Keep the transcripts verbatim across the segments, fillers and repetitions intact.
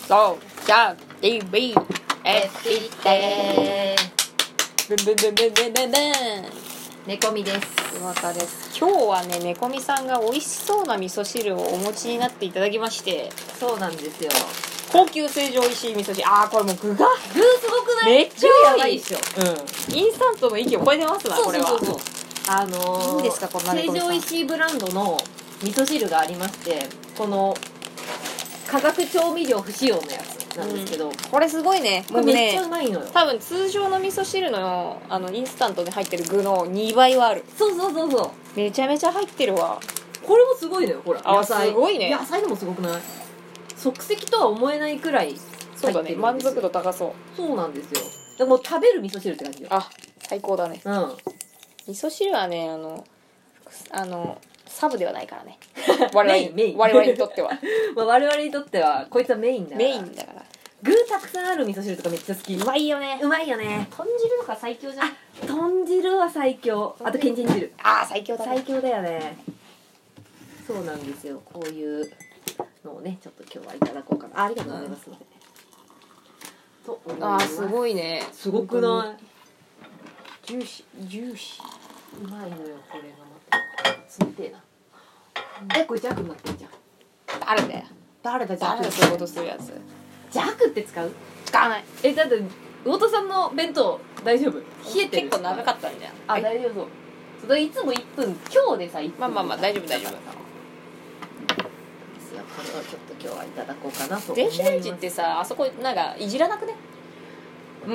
そうじゃあ ティーブイ エスピテブンブンブンブンブンブンブン猫みです。 岩田です。今日はね猫みさんが美味しそうな味噌汁をお持ちになっていただきまして、 そうなんですよ。 高級成城石井味噌汁。あーこれもう具が具すごくない？ めっちゃや多いばいっしょ。 うんインスタントの域を超えてますな。 そうこれはそうそうそう。あのー、 いいんですかこんな成猫みさん。 城石井ブランドの味噌汁がありまして、この化学調味料不使用のやつなんですけど、うん、 これすごいね。 これめっちゃうまいのよ。 多分通常の味噌汁のあのインスタントに入ってる具のにばいはある。 そうそうそうそう。 めちゃめちゃ入ってるわ。 これもすごいのよ。ほら、野菜すごいね。 野菜でもすごくない？即席とは思えないくらい入ってるんですよ。 そうだね。満足度高そう。 そうなんですよ。でも食べる味噌汁って感じよ。 あ、最高だね。 うん。 味噌汁はね、あのあのサブではないからね。我々 メイン我々にとっては。 まあ我々にとってはこいつはメインだから。 メインだから。 具たくさんある味噌汁とかめっちゃ好き。 うまいよね。 うまいよね。 豚汁とか最強じゃん。 あ、豚汁は最強。あとけんちん汁。 あー最強だね。 最強だよね。そうなんですよ。こういうのをねちょっと今日はいただこうかな。あ、ありがとうございます。と思いあーます。 すごいね。 すごくない？ ジューシージューシー。 うまいのよこれがまた。冷てえな。え、これジャクになってんじゃん。 誰だよ。 誰だジャク？ 誰だそういうことするやつ。 ジャクって使う？ 使わない。 え、だって魚田さんの弁当大丈夫？冷えてる？ 結構長かったんじゃん。 あ、大丈夫そう。それいつもいっぷん、今日でさいっぷん。 まあまあまあ大丈夫大丈夫。 ですよ。これをちょっと今日はいただこうかなと思います。 電子レンジってさ、あそこなんかいじらなくね？ うん、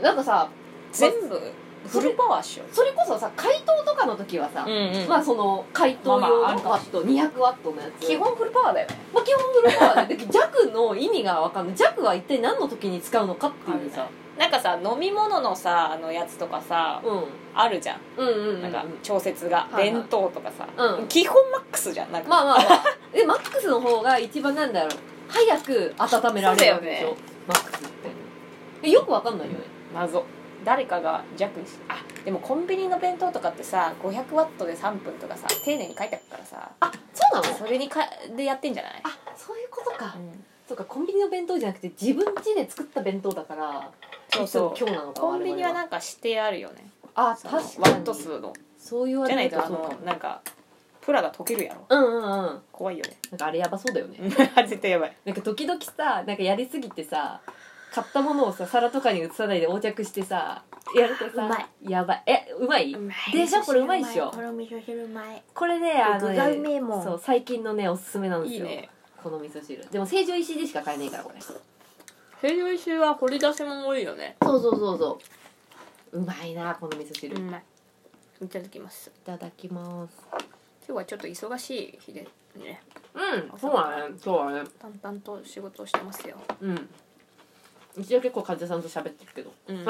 なんかさ全部フルパワーっしょ。 それこそさ解凍とかの時はさ、 うんうん、 まあその解凍用のワまあまあットにひゃくワットのやつ基本フルパワーだよね。 まあ基本フルパワーで弱の意味が分かんない。弱は一体何の時に使うのかっていうさ、 なんかさ飲み物のさあのやつとかさ、 うん、 あるじゃん、 うんうんうんうん、 なんか調節が、 はいはい、 弁当とかさ、 うん、 基本マックスじゃん。なんかまあまあまあでマックスの方が一番なんだろう早く温められるわけでしょ、ね、マックスってよく分かんないよね。 謎。誰かが弱にしあでもコンビニの弁当とかってさごひゃくワットでさんぷんとかさ丁寧に書いてあるからさ、 あ、そうなの？ それにかでやってんじゃない？ あ、そういうことか、うん、そうか、コンビニの弁当じゃなくて自分家で作った弁当だから、 そうそう今日なのか。 コンビニはなんか指定あるよね。 あ、確かにワット数のそう言われるとじゃないとあのなんかプラが溶けるやろ。 うんうんうん、 怖いよね。 なんかあれやばそうだよね絶対やばい。 なんか時々さ、なんかやりすぎてさ買ったものをさ皿とかに移さないで横着してさやるとさ、 うまい、 やばい。え、うまい？ うまいでしょ？これうまいっしょ。 この味噌汁うまい。 これね、あのね、 具がうめえもん。 そう、最近のねおすすめなんですよ。 いいね。 この味噌汁。でも成城石井でしか買えないからこれ。 成城石井は掘り出し物多いよね。 そうそうそうそう。うまいなこの味噌汁。 うまい。いただきます。 いただきます。 今日はちょっと忙しい日でね。 うん、そうだね。そうだね。 淡々と仕事をしてますよ。 うん。うちは結構患者さんと喋ってるけど。 うん。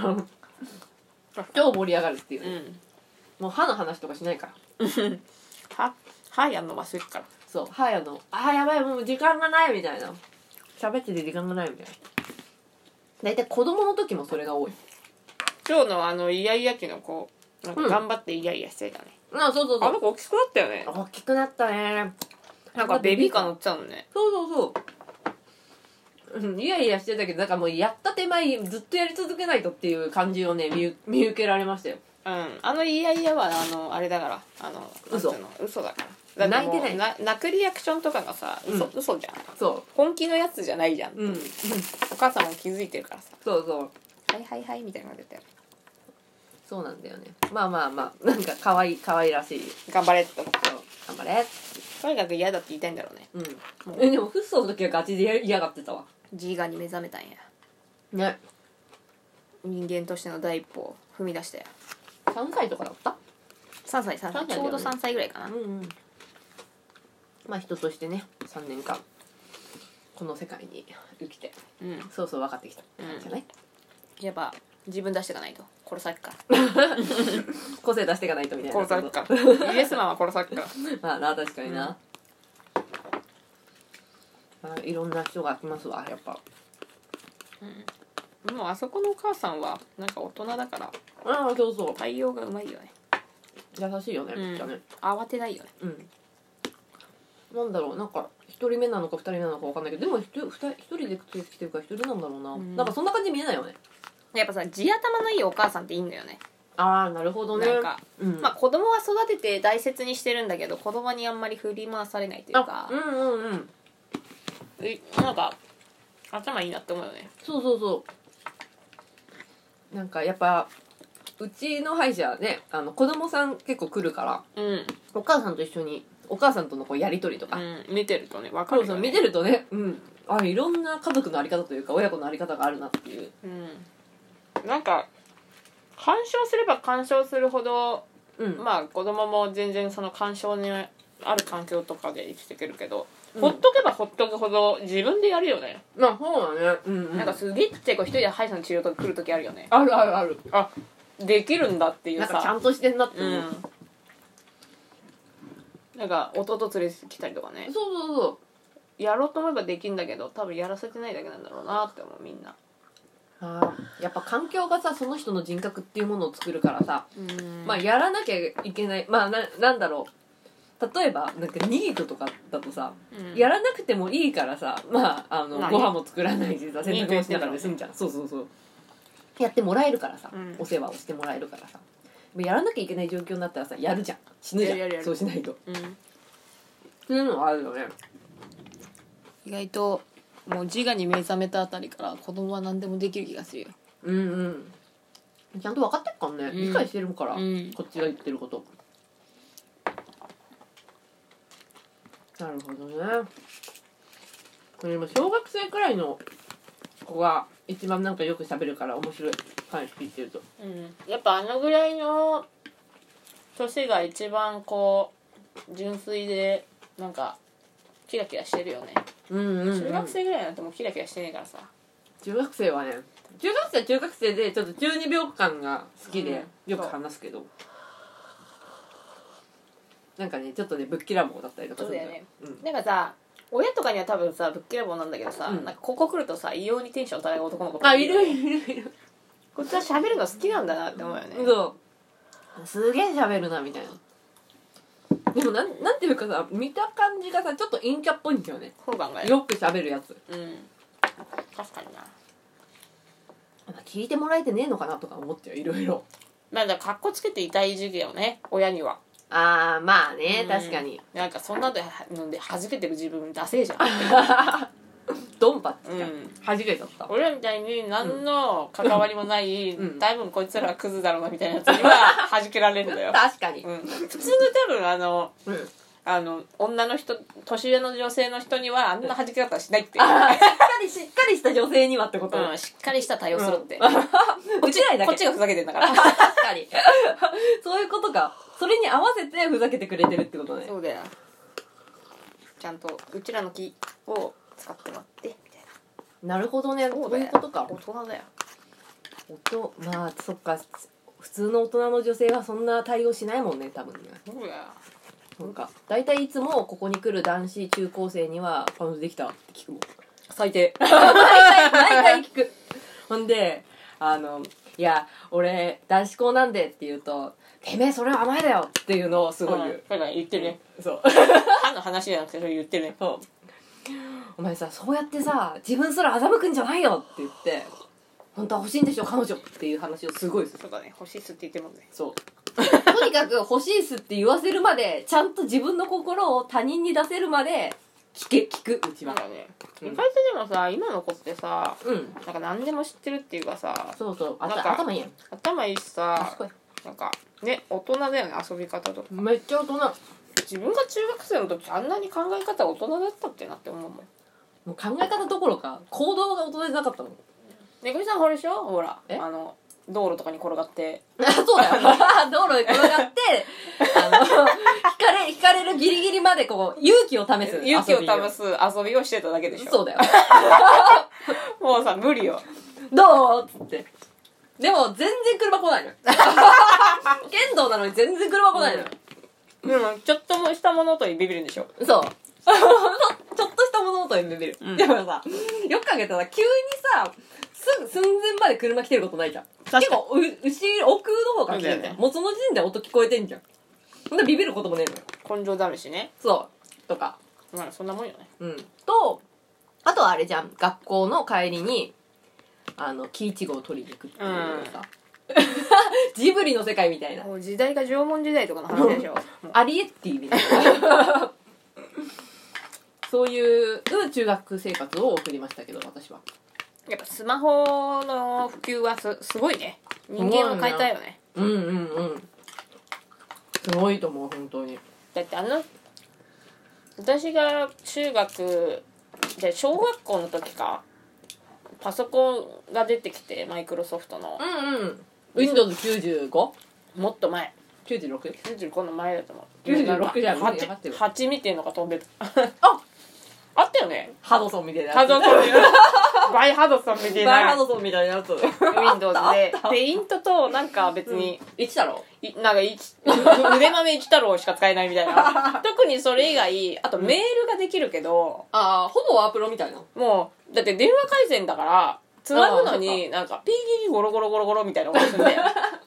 超盛り上がるっていう、ね、 うん、 もう歯の話とかしないから歯歯やんの忘れるから。 そう、歯やのあーやばいもう時間がないみたいな、喋ってて時間がないみたいな。大体子供の時もそれが多い。 今日のあのイヤイヤ期の子なんか頑張ってイヤイヤしてたね、 うん、あ、そうそうそう、 あの子大きくなったよね。 大きくなったね。 なんかベビーカー乗ってたのね。 そうそうそう、うん、いやいやしてたけどなんかもうやった手前ずっとやり続けないとっていう感じをね 見, 見受けられましたよ。 うん、あのイヤイヤはあのあれだからあの嘘の嘘だからだってもう泣いてないな泣くリアクションとかがさ嘘、うん、嘘じゃん。 そう本気のやつじゃないじゃん、 うん、 お母さんも気づいてるからさそうそうはいはいはいみたいなのが出てる。 そうなんだよね。まあまあまあなんか可愛い可愛らしい。 頑張れってそう頑張れ。 とにかく嫌だって言いたいんだろうね。 うん、もうえでもフッ素の時はガチで嫌がってたわ。 自我に目覚めたんやね。 人間としての第一歩を踏み出したよ。 さんさいとかだった？ さんさいさんさい、 さんさいだよね、 ちょうどさんさいぐらいかな。 うんうん。まあ人としてねさんねんかんこの世界に生きて、 うん、 そうそう分かってきたじゃない、 うん、やっぱ自分出していかないと殺されっから個性出していかないとみたいな。 殺されっからイエスマンは殺されっからまあな、確かにな、うん、あいろんな人が来ますわやっぱ。 うん、もうあそこのお母さんはなんか大人だから、 ああそうそう、 対応がうまいよね。 優しいよね、 うん、 めっちゃね。 慌てないよね。 うん。なんだろう、なんか一一人目なのか二人目なのか分かんないけど、でも一人二人一人で連れてきてるから一人なんだろうな、 うん、 なんかそんな感じ見えないよね。 やっぱさ地頭のいいお母さんっていいんだよね。 ああなるほどね。 なんか、 うん、 まあ子供は育てて大切にしてるんだけど子供にあんまり振り回されないというか、 うんうんうん、 えなんか頭いいなって思うよね。 そうそうそう、なんかやっぱうちの歯医者ね、あの子供さん結構来るから、 うん、 お母さんと一緒にお母さんとのこうやり取りとか、 うん、見てるとね分かるよね。 そうそう見てるとね、うん、あいろんな家族のあり方というか親子のあり方があるなっていう、 うん、なんか干渉すれば干渉するほど、 うん、 まあ子供も全然その干渉にある環境とかで生きていけるけど、うん、ほっとけばほっとくほど自分でやるよね。 まあそうだね、うんうん、 なんかすげえちっちゃい子一人で歯医者の治療とか来る時あるよね。 あるあるある、 あできるんだっていうさ、 なんかちゃんとしてんなって思う、 うん、なんか弟連れてきたりとかね、 そうそうそう、 やろうと思えばできるんだけど多分やらせてないだけなんだろうなって思うみんな。 あやっぱ環境がさその人の人格っていうものを作るからさ、 うんまあやらなきゃいけない、まあ な, なんだろう例えばなんかニートとかだとさ、うん、やらなくてもいいからさ、まああのご飯も作らないしさ洗濯もしながらで済むじゃん、そうそうそうやってもらえるからさ、うん、お世話をしてもらえるからさ、やらなきゃいけない状況になったらさやるじゃん、死ぬじゃん、やるやるそうしないと、うん、っていうのがあるよね。 意外ともう自我に目覚めたあたりから子供は何でもできる気がするよ。 うんうんちゃんと分かってるからね、うん、理解してるから、うん、こっちが言ってること。なるほどね。これ今小学生くらいの子が一番なんかよく喋るから面白い話聞いてると、 うん、やっぱあのぐらいの年が一番こう純粋でなんかキラキラしてるよね。うんうんうん、中学生ぐらいになってもうキラキラしてねえからさ。 中学生はね、中学生は中学生でちょっと中二病感が好きでよく話すけど、うん、なんかねちょっとねぶっきらぼうだったりとかするんだよね、うん、 なんかさ親とかには多分さぶっきらぼうなんだけどさ、うん、なんかここ来るとさ異様にテンション高い男の子とかいる、あいるいるいるこっちは喋るの好きなんだなって思うよね。 そうすげえ喋るなみたいな。でもなん、なんていうかさ見た感じがさちょっと陰キャっぽいんだよね。 そう考えよく喋るやつ。 うん確かにな。 聞いてもらえてねえのかなとか思っちゃういろいろ。 なんだかっこつけていたい時期よね親には。 ああまあね、うん、確かになんかそんなので弾けてる自分ダセえじゃんドンパって言っちゃう、うん、弾けちゃった。 俺みたいに何の関わりもない、うん、多分こいつらはクズだろうなみたいなやつには弾けられるんだよ確かに、 うん、普通の多分あの、うん、あの女の人年上の女性の人にはあんな弾け方しないっていう、 あしっかりしっかりした女性にはってこと、 うん、しっかりした対応するって、 うん、こっちこっちがふざけてんだから確かにそういうことか。それに合わせてふざけてくれてるってことね。 そうだよ。ちゃんとうちらの木を使ってもらってみたいな。なるほどね。そういうことか。 大人だよ。 音まあそっか普通の大人の女性はそんな対応しないもんね多分ね。 そうだよ。 なんか大体いつもここに来る男子中高生には彼女できたって聞くもん。 最低。 大体大体聞く。ほんであのいや俺男子校なんでって言うと。てめえそれは甘えだよっていうのをすごい言う。 だから言ってるね。 そう歯の話じゃなくてそれ言ってるね。 そうお前さそうやってさ自分すら欺くんじゃないよって言って本当は欲しいんでしょ彼女っていう話をすごいする。 そうだね欲しいっすって言ってるもんね。 そうとにかく欲しいっすって言わせるまでちゃんと自分の心を他人に出せるまで聞け聞くうちは。 そうだね、うん、意外とでもさ今の子ってさ、うん、なんか何でも知ってるっていうかさそうそうあた頭いいやん頭いいしさなんかね大人だよね遊び方とかめっちゃ大人。 自分が中学生の時あんなに考え方大人だったっけなって思うもん。もう考え方どころか行動が大人じゃなかったもん。 ねぐみさんほれでしょほらあの道路とかに転がってそうだよ道路に転がってあの引かれ引かれるギリギリまでこう勇気を試す勇気を試す遊びをしてただけでしょ。 そうだよもうさ無理よどうっつってでも全然車来ないの剣道なのに全然車来ないの、 うん、でもちょっともした物音にビビるんでしょ。 そうちょっとした物音にビビる、うん、でもさよく考えたら急にさすぐ寸前まで車来てることないじゃん。結構う後ろ奥の方から来てるじゃん、ね、もうその時点で音聞こえてんじゃん。ほんでビビることもねえのよ。 根性試しね。 そうとか、 まあそんなもんよね。 うんとあとはあれじゃん、学校の帰りにあの木いちごを取りに行くっていうさ、うん、ジブリの世界みたいな、 もう時代が縄文時代とかの話でしょアリエッティみたいなそういう中学生活を送りましたけど、私はやっぱスマホの普及は す, すごいね。人間を変えたよね。 うんうんうん、すごいと思う本当に。 だってあの私が中学で小学校の時かパソコンが出てきて、マイクロソフトのうんうん ウィンドウズきゅうじゅうご？ もっと前きゅうじゅうろく？ きゅうじゅうごの前だと思う。 きゅうじゅうろくじゃん。 はち見てんのが飛んでたああったよね。 ハドソンみたいなやつ。 ハドソンバイハドソンみたいなバイハドソンみたいなやつ Windows でペイントとなんか別に、 うん、一太郎いなんか一腕豆一太郎しか使えないみたいな特にそれ以外あとメールができるけど、 ああほぼワープロみたいな。 もうだって電話回線だからつなぐのになんかピーギリゴロゴロゴロゴロみたいな音するんで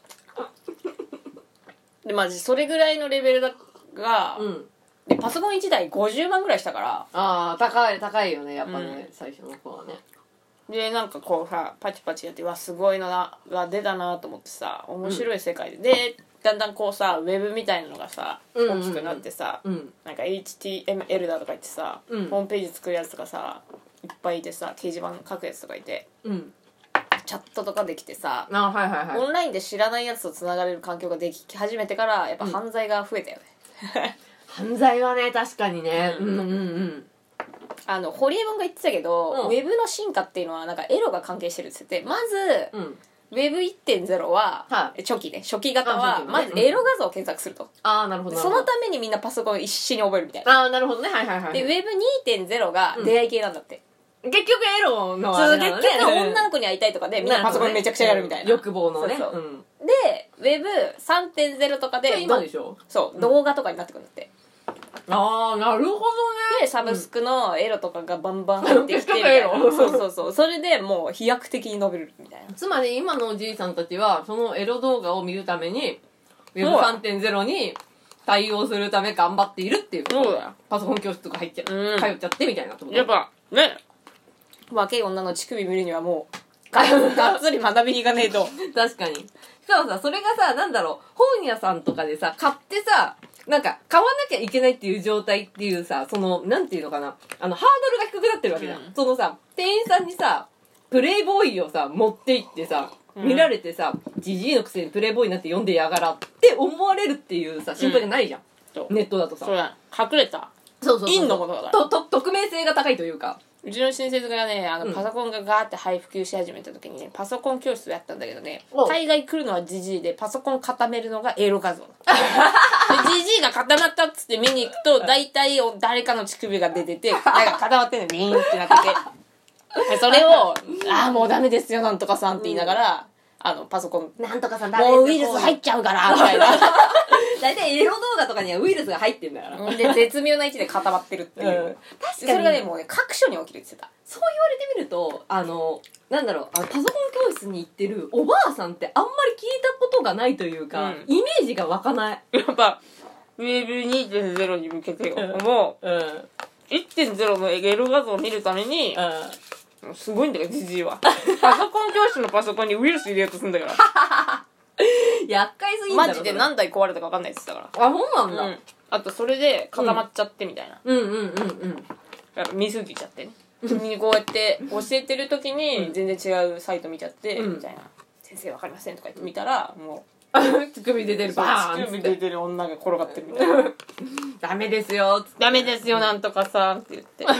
でまあそれぐらいのレベルだが、うん、でパソコンいちだいごじゅうまんぐらいしたから、 ああ高い高いよねやっぱね、うん、最初の頃はね。 でなんかこうさパチパチやってわすごいのが出たなと思ってさ、面白い世界で、うん、でだんだんこうさウェブみたいなのがさ大きくなってさ、うんうんうん、なんか エイチティーエムエル だとか言ってさ、うん、ホームページ作るやつとかさいっぱいいてさ掲示板書くやつとかいて、うん、チャットとかできてさ、 あ、はいはいはい、 オンラインで知らないやつとつながれる環境ができ始めてからやっぱ犯罪が増えたよね、 うん、犯罪はね確かにね、うん、うんうんうんあの堀江門が言ってたけど、うん、ウェブの進化っていうのはなんかエロが関係してるって言ってて、まず、うん、ウェブ いってんゼロ は、は初期ね初期型はまずエロ画像を検索すると、うん、 ああなるほど、 そのためにみんなパソコンを一緒に覚えるみたいな。 ああなるほどね、はいはいはい。 でウェブ にてんゼロ が出会い系なんだって、 うん、結局エロのあれなのね。そう結局女の子に会いたいとかでみんなパソコンめちゃくちゃやるみたいな、 ね、欲望のね。 そうそう、うん、でウェブ さんてんゼロ とかで今でしょ、 そう、うん、動画とかになってくるんだって。 ああなるほどね。 でサブスクのエロとかがバンバン入ってきてみたいな、うん、そうそうそう、それでもう飛躍的に伸びるみたいな。 つまり今のおじいさんたちはそのエロ動画を見るために ウェブさんてんゼロ に対応するため頑張っているっていう。 そうだよ。 パソコン教室とか入っちゃう、うん、通っちゃってみたいなってこと。 やっぱね若い女の乳首見るにはもうがっつり学びに行かねえと確かに。しかもさそれがさなんだろう本屋さんとかでさ買ってさなんか買わなきゃいけないっていう状態っていうさ、そのなんていうのかな、あのハードルが低くなってるわけじゃん、うん、そのさ店員さんにさプレイボーイをさ持って行ってさ、うん、見られてさジジイのくせにプレイボーイになって読んでやがらって思われるっていうさ心配がないじゃん、うん、ネットだとさ。 そうだ隠れたそうそうそう陰のことだからとと匿名性が高いというか。 うちの親戚がねあのパソコンがガーって配普及し始めた時にねパソコン教室をやったんだけどね、大概来るのはジジイでパソコン固めるのがエロ画像ジジイが固まったっつって見に行くと大体誰かの乳首が出ててなんか固まってんのビーンってなっててそれを「ああもうダメですよなんとかさん」って言いながら、うん、あのパソコンなんとかさんもうウイルス入っちゃうからみたいな大体エロ動画とかにはウイルスが入ってんだからで絶妙な位置で固まってるっていう、うん、確かにそれがねもうね各所に起きるって言ってた。 そう言われてみるとあのなんだろうあのパソコン教室に行ってるおばあさんってあんまり聞いたことがないというか、うん、イメージが湧かない。 やっぱウェブ にてんゼロ に向けてもう、うん、いってんゼロ のエロ画像を見るために、うん、すごいんだよジジイはパソコン教室のパソコンにウイルス入れようとするんだから厄介すぎんだろマジで何台壊れたか分かんないって言ってたから。 あ、そうなんだ、 うん、あとそれで固まっちゃってみたいな、 うん、うんうんうんうんやっぱ見すぎちゃってね君にこうやって教えてる時に全然違うサイト見ちゃって、うん、みたいな先生分かりませんとか言って見たらもう乳首出てるバーン乳首出てる女が転がってるみたいなダメですよダメですよなんとかさって言って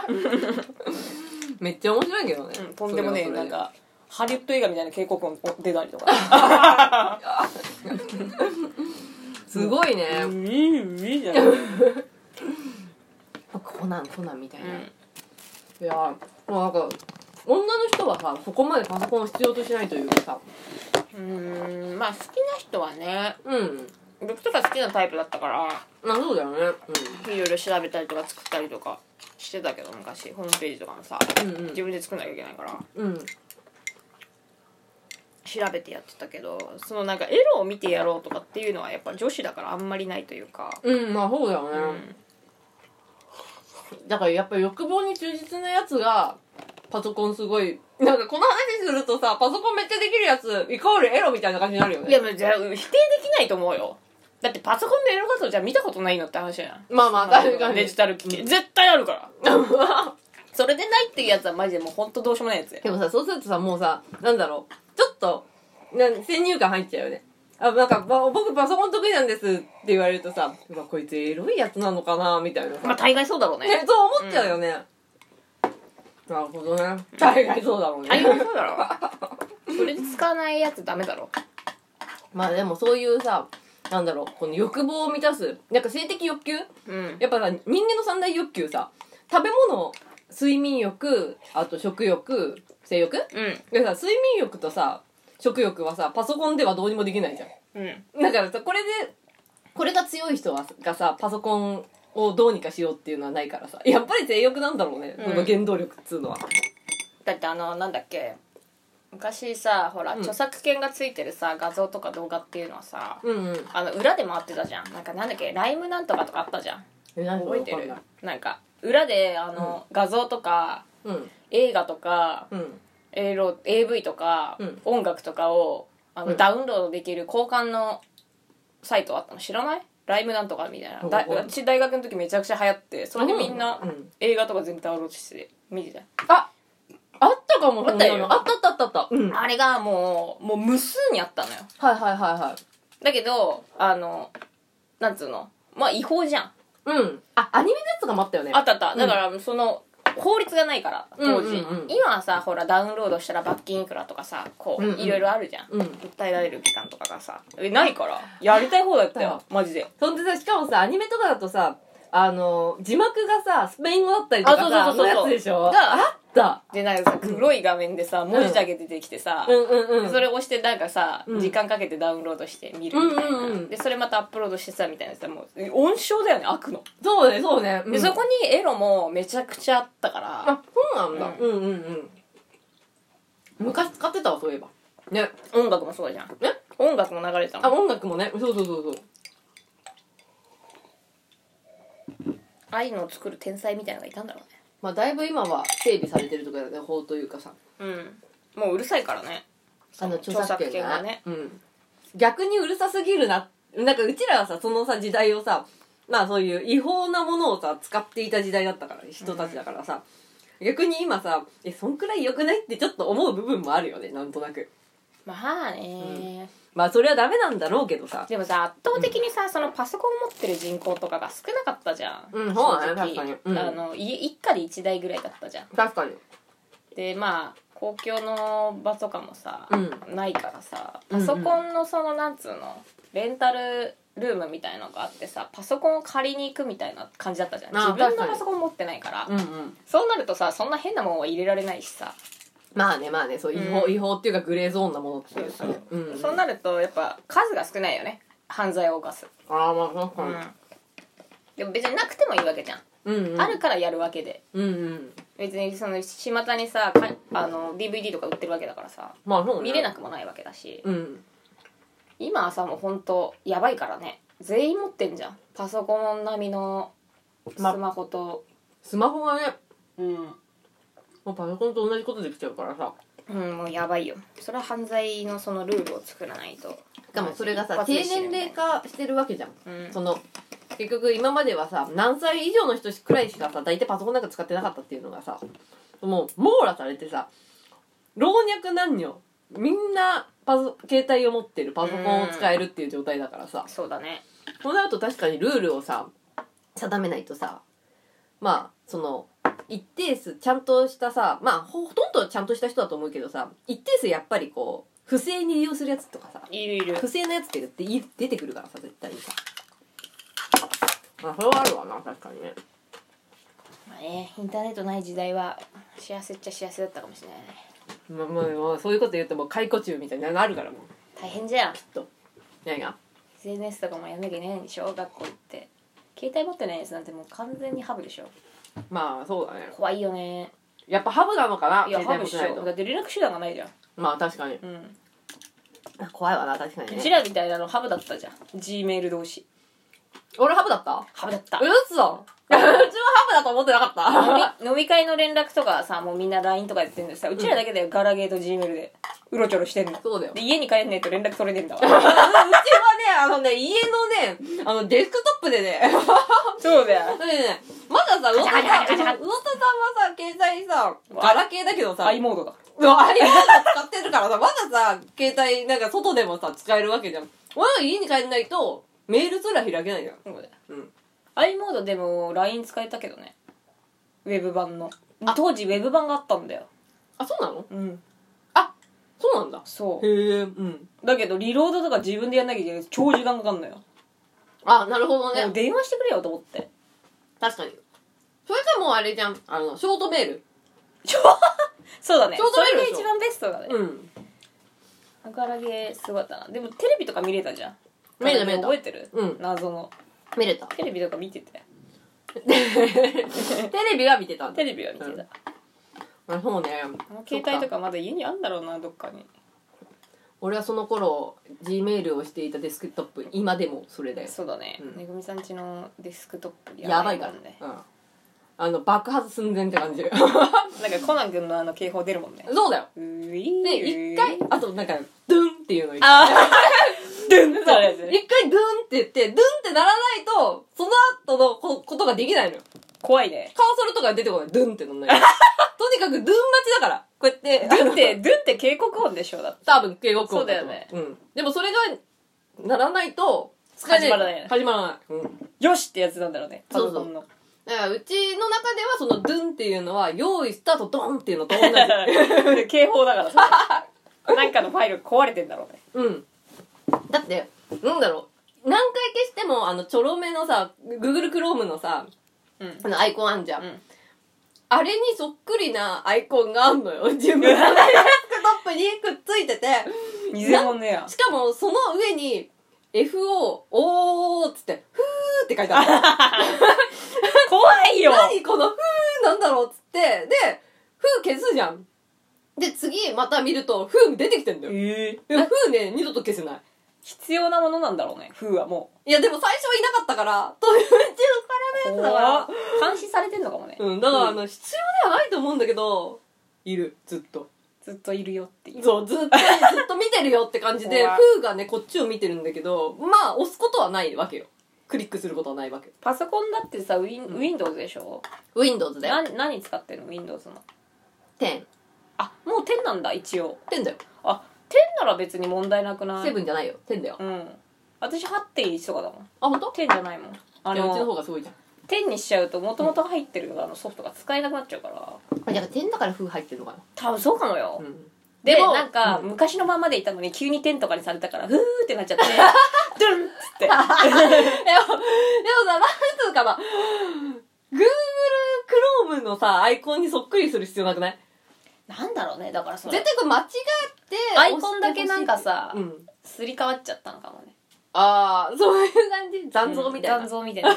めっちゃ面白いけどね、 うん、とんでもねえなんかハリウッド映画みたいな警告音出たりとかすごいねウィーウィーじゃないコナンコナンみたいな、うん、いやもうなんか女の人はさそこまでパソコンを必要としないというかさうーんまあ好きな人はねうん僕とか好きなタイプだったからあそうだよね、 うん、いろいろ調べたりとか作ったりとかしてたけど昔ホームページとかもさ、うんうん、自分で作んなきゃいけないから、うん、調べてやってたけどそのなんかエロを見てやろうとかっていうのはやっぱ女子だからあんまりないというかうんまあそうだよね、 だからやっぱり欲望に忠実なやつがパソコンすごいなんかこの話するとさパソコンめっちゃできるやつイコールエロみたいな感じになるよね。 でもじゃあ否定できないと思うよ。だってパソコンでエロ画像じゃ見たことないのって話じゃん。 まあまあ確かにデジタル機器、うん、絶対あるからそれでないっていうやつはマジでもうほんとどうしようもないやつや。 でもさそうするとさもうさなんだろうちょっとな先入観入っちゃうよね。あなんか僕パソコン得意なんですって言われるとさうわこいつエロいやつなのかなみたいなさ、 まあ大概そうだろうね。 ねそう思っちゃうよね、うん、なるほどね大概そうだろうね大概そうだろうそれで使わないやつダメだろ。 まあでもそういうさなんだろうこの欲望を満たすなんか性的欲求、うん、やっぱさ人間の三大欲求さ食べ物睡眠欲あと食欲性欲、うん、でさ睡眠欲とさ食欲はさパソコンではどうにもできないじゃん、うん、だからさこれでこれが強い人はがさパソコンをどうにかしようっていうのはないからさやっぱり性欲なんだろうね、うん、その原動力っつうのは。 だってあのなんだっけ昔さほら、うん、著作権がついてるさ画像とか動画っていうのはさ、うんうん、あの裏で回ってたじゃん。なんかなんだっけライムなんとかとかあったじゃん。え覚えてる？なんか裏であの、うん、画像とか、うん、映画とか、うん、エーブイ とか、うん、音楽とかをあの、うん、ダウンロードできる交換のサイトあったの知らない？ライムなんとかみたいな、うん、だ私大学の時めちゃくちゃ流行ってそれでみんな、うん、映画とか全部ダウンロードして見てた。ああったかも。 あったよ。 あったあったあったあった、 うん、あれがもうもう無数にあったのよ。 はいはいはいはい。 だけどあのなんつうのまあ違法じゃん。 うんあアニメのやつがもあったよね。 あったあった。だから、うん、その法律がないから当時、うんうんうん、今はさほらダウンロードしたら罰金いくらとかさこう、うんうん、いろいろあるじゃん、うん、訴えられる期間とかがさえないからやりたい方だったよマジで。 そんでさしかもさアニメとかだとさあの字幕がさスペイン語だったりとかさあそうそうそうそうのやつでしょがあったでなんかさ黒い画面でさ文字だけ出てきてさ、うんうんうん、それを押してなんかさ、うん、時間かけてダウンロードして見るみたいな、うんうんうん、でそれまたアップロードしてさみたいなさもう温床だよね悪の。 そうねそうね、うん、 でそこにエロもめちゃくちゃあったからあそうなんだ、うん、うんうんうん昔使ってたわそういえばね。 音楽もそうじゃん。え音楽も流れてたもん。 あ音楽もねそうそうそうそうああいうのを作る天才みたいなのがいたんだろうね。 まあだいぶ今は整備されてるとかだね法というかさうんもううるさいからねあの著作権がね、うん、逆にうるさすぎるななんかうちらはさそのさ時代をさまあそういう違法なものをさ使っていた時代だったから人たちだからさ、うん、逆に今さえそんくらい良くないってちょっと思う部分もあるよねなんとなく。 まあね、 うんまあそれはダメなんだろうけどさでもさ圧倒的にさ、うん、そのパソコンを持ってる人口とかが少なかったじゃん。 うんそうだね確かに、うん、 あの一家で一台ぐらいだったじゃん。 確かに。 でまあ公共の場とかもさ、うん、ないからさパソコンのそのなんつうのレンタルルームみたいのがあってさパソコンを借りに行くみたいな感じだったじゃん。自分のパソコン持ってないから、うんうん、そうなるとさそんな変なもんは入れられないしさまあねまあねそう違法、うん、違法っていうかグレーゾーンなものっていうかねそう、うんうん、そうなるとやっぱ数が少ないよね犯罪を犯す。 ああまあ確かに、うん、 でも別になくてもいいわけじゃん、うんうん、あるからやるわけで、うんうん、別にその巷にさあの ディーブイディー とか売ってるわけだからさ、まあそうね、見れなくもないわけだし、うん、今はさもうほんとやばいからね全員持ってんじゃんパソコン並みのスマホと、ま、 スマホがねうんもうパソコンと同じことできちゃうからさうんもうやばいよ。それは犯罪のそのルールを作らないと。 しかもそれがさ低年齢化してるわけじゃん、うん、その結局今まではさ何歳以上の人くらいしかさ大体パソコンなんか使ってなかったっていうのがさもう網羅されてさ老若男女みんなパソ携帯を持ってるパソコンを使えるっていう状態だからさ、 うん、そうだね。 そうなると確かにルールをさ定めないとさまあその一定数ちゃんとしたさまあほとんどちゃんとした人だと思うけどさ一定数やっぱりこう不正に利用するやつとかさいるいる不正なやつって出てくるからさ絶対にさまあそれはあるわな確かにね。 まあねインターネットない時代は幸せっちゃ幸せだったかもしれないね。 まあまあまあそういうこと言うともう解雇中みたいなのがあるからもう大変じゃんきっと。何がエスエヌエス とかもやんなきゃいけないんでしょ学校行って携帯持ってないやつなんてもう完全にハブでしょ。まあそうだね怖いよね。 やっぱハブなのかな。 いやハブっしょだって連絡手段がないじゃん。 まあ確かにうん怖いわな確かにね。 うちらみたいなのハブだったじゃん G メール同士。 俺ハブだったハブだった。 うっそうちはハムだと思ってなかった飲み飲み会の連絡とかさもうみんな ライン とかやってんでさうちらだけだよ、ガラゲーと G メールでうろちょろしてんの。 そうだよ。 で家に帰んねえと連絡取れねえんだわうちはねあのね家のねあのデスクトップでねそうだよ。 だってねまださ魚田さん魚田さんはさ携帯さガラケーだけどさ i モードだ。 うわ、あれまだ使ってるからさ、まださ、携帯なんか外でもさ、使えるわけじゃん。俺は家に帰んないと、メールすら開けないじゃん。 そうだよ。 うん。 i モードでも ライン 使えたけどね。ウェブ版の。当時ウェブ版があったんだよ。 あ、そうなの？ うん。 あ、そうなんだ。 そう。 へえ、うん。 だけどリロードとか自分でやんなきゃいけない。超時間かかんのよ。 あ、なるほどね。 もう電話してくれよと思って。 確かに。それかもうあれじゃん。あの、ショートメール。 そうだね。 ショートメールでしょそれが一番ベストだね。 うん。 ガラゲーすごかったな。でもテレビとか見れたじゃん。 見れた見れた覚えてる？ うん謎の。 見れた。 テレビとか見てて。 テレビは見てたんだ。 テレビは見てた。 うんあそうね。 携帯とかまだ家にあんだろうな、どっかに。 俺はその頃 G メールをしていたデスクトップ今でもそれだよ。 そうだね、 うんめぐみさん家のデスクトップやばいからね。 うん。あの爆発寸前って感じ。 なんかコナン君のあの警報出るもんね。 そうだよ。 ういで一回あとなんかドゥンっていうのああドゥンってそうやつね。 一回ドゥンって言ってドゥンってならないとその後のこことができないのよ。 怖いね。 カーソルとか出てこない。ドゥンってなんない。とにかくドゥン待ちだから。こうやって。 ドゥンってドゥンって警告音でしょだって。 多分警告音そうだよね。 うん。でもそれがならないと使え始まらない始まらない。うん。 よしってやつなんだろうね。パそうそうソコンの。 だからうちの中ではそのドゥンっていうのは用意スタートドンっていうのと同じ。 警報だからさ。なんかのファイル壊れてんだろうね。 うん。だって、なんだろう。何回消しても、あの、ちょろめのさ、Google Chrome のさ、 うんあのアイコンあんじゃん。 うんあれにそっくりなアイコンがあんのよ。自分のデスクトップにくっついてて。 偽物ねや。 しかも、その上に、エフオー、おーっつって、ふーって書いてある。 怖いよ。 何このふーなんだろうっつって、で、ふー消すじゃん。で、次また見ると、ふー出てきてんだよ。 ええでもふーね、二度と消せない。 必要なものなんだろうね。風はもいや、でも最初はいなかったから、といううちのう。 からのやつだから。 監視されてんのかもね。 うん、だからあの、必要ではないと思うんだけど、いる、ずっと。 ずっといるよっていう。 そう、ずっと、ずっと見てるよって感じで、 うわフーがね、こっちを見てるんだけど、まあ、押すことはないわけよ。クリックすることはないわけよ。 パソコンだってさ、ウィン、Windows でしょ？ Windows だよ。 な何使ってんの Windows の。 じゅう。 あ、もうじゅうなんだ、一応。 じゅうだよ。 あ、じゅうなら別に問題なくない？ セブンじゃないよ。じゅうだよ。 うん。私 はちてんいち とかだもん。 あ、ほんと？ じゅうじゃないもん。あいや、うちのの、 方がすごいじゃん。 じゅうにしちゃうと元々入ってるあのソフトが使えなくなっちゃうから。 あ、だからじゅうだからフー入ってるのかな。 多分そうかもよ。 うん。 ででもなんか、 うん昔のままでいたのに急にじゅうとかにされたから、ふーってなっちゃって、ドゥンっつって。 でも、でもさ、なんつうかな、Google Chrome のさ、アイコンにそっくりする必要なくない？ なんだろうね、だからそれ絶。対これ間違ってアイコンだけなんかさうん。 すり替わっちゃったのかもね。 ああ、そういう感じ。残像みたいな。 残像みたいな。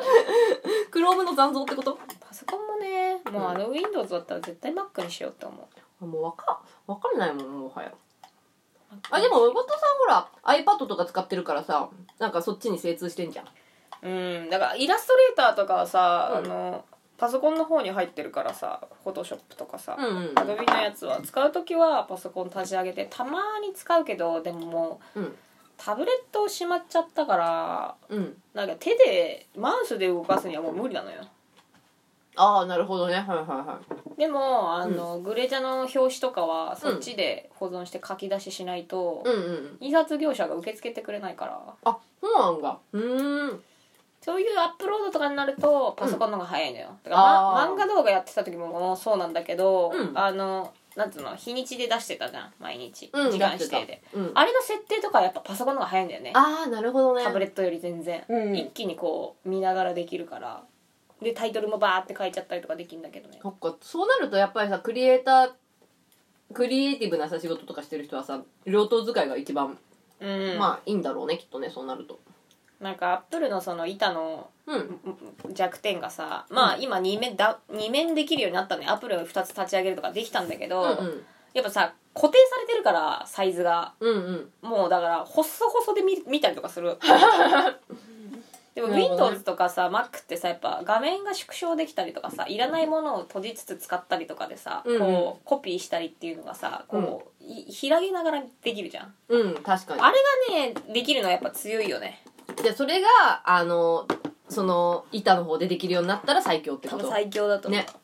Chrome の残像ってこと？ パソコンもね、もうあの Windows だったら絶対 Mac にしようって思う。 あもうわか、わかんないもん、もはや。あ、でも、おばとさんほら、iPad とか使ってるからさ、なんかそっちに精通してんじゃん。 うん、だからイラストレーターとかはさ、 うんあのパソコンの方に入ってるからさ、Photoshop とかさ、 うんうん。 Adobe のやつは使うときはパソコン立ち上げてたまに使うけど、でももううん。 タブレットをしまっちゃったからうん。 なんか手でマウスで動かすにはもう無理なのよ。 ああ、なるほどね。はいはいはでもあの、グレジャの表紙とかはそっちで保存して書き出ししないと、 い。うんうん。 印刷業者が受け付けてくれないから、 あ、そうなんだ。うーん。 そういうアップロードとかになるとパソコンの方が早いのよ。だから、ま、 あー漫画動画やってた時ももうそうなんだけど、 うんあのなんつうの日にちで出してたじゃん毎日、 うん、 時間指定で。 出してたうん。 あれの設定とかはやっぱパソコンの方が早いんだよね。 ああ、なるほどね。 タブレットより全然、 うん一気にこう見ながらできるから、でタイトルもバーって書いちゃったりとかできるんだけどね。 そっか、そうなるとやっぱりさ、クリエイター、クリエイティブなさ仕事とかしてる人はさ、両刀使いが一番、 うん、 まあいいんだろうね、きっとね、そうなると。 なんかアップルのその板のうん。 弱点がさ、まあ今に面だに面できるようになったね。アプリをふたつ立ち上げるとかできたんだけど、 うんうん。 やっぱさ固定されてるからサイズがうんうん。 もうだから細々で見見たりとかするでもなるほどね Windows とかさ Mac ってさやっぱ画面が縮小できたりとかさいらないものを閉じつつ使ったりとかでさ、 うんうんこうコピーしたりっていうのがさこう、い開げながらできるじゃん。 うん確かに。 あれがねできるのはやっぱ強いよね。 でそれがあのその板の方でできるようになったら最強ってこと多分最強だと思う。 ね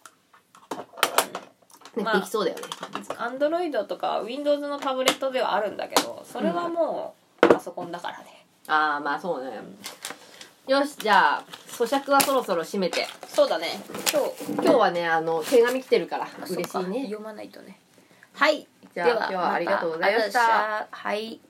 ね、 まあできそうだよね。 Android とか Windows のタブレットではあるんだけどそれはもうパソコンだからね。 ああまあそうね。よしじゃあ咀嚼はそろそろ締めて。 そうだね。今日今日はねあの手紙来てるから嬉しいそっかね。 読まないとね。はい。 じゃあでは今日はありがとうございましたたはい。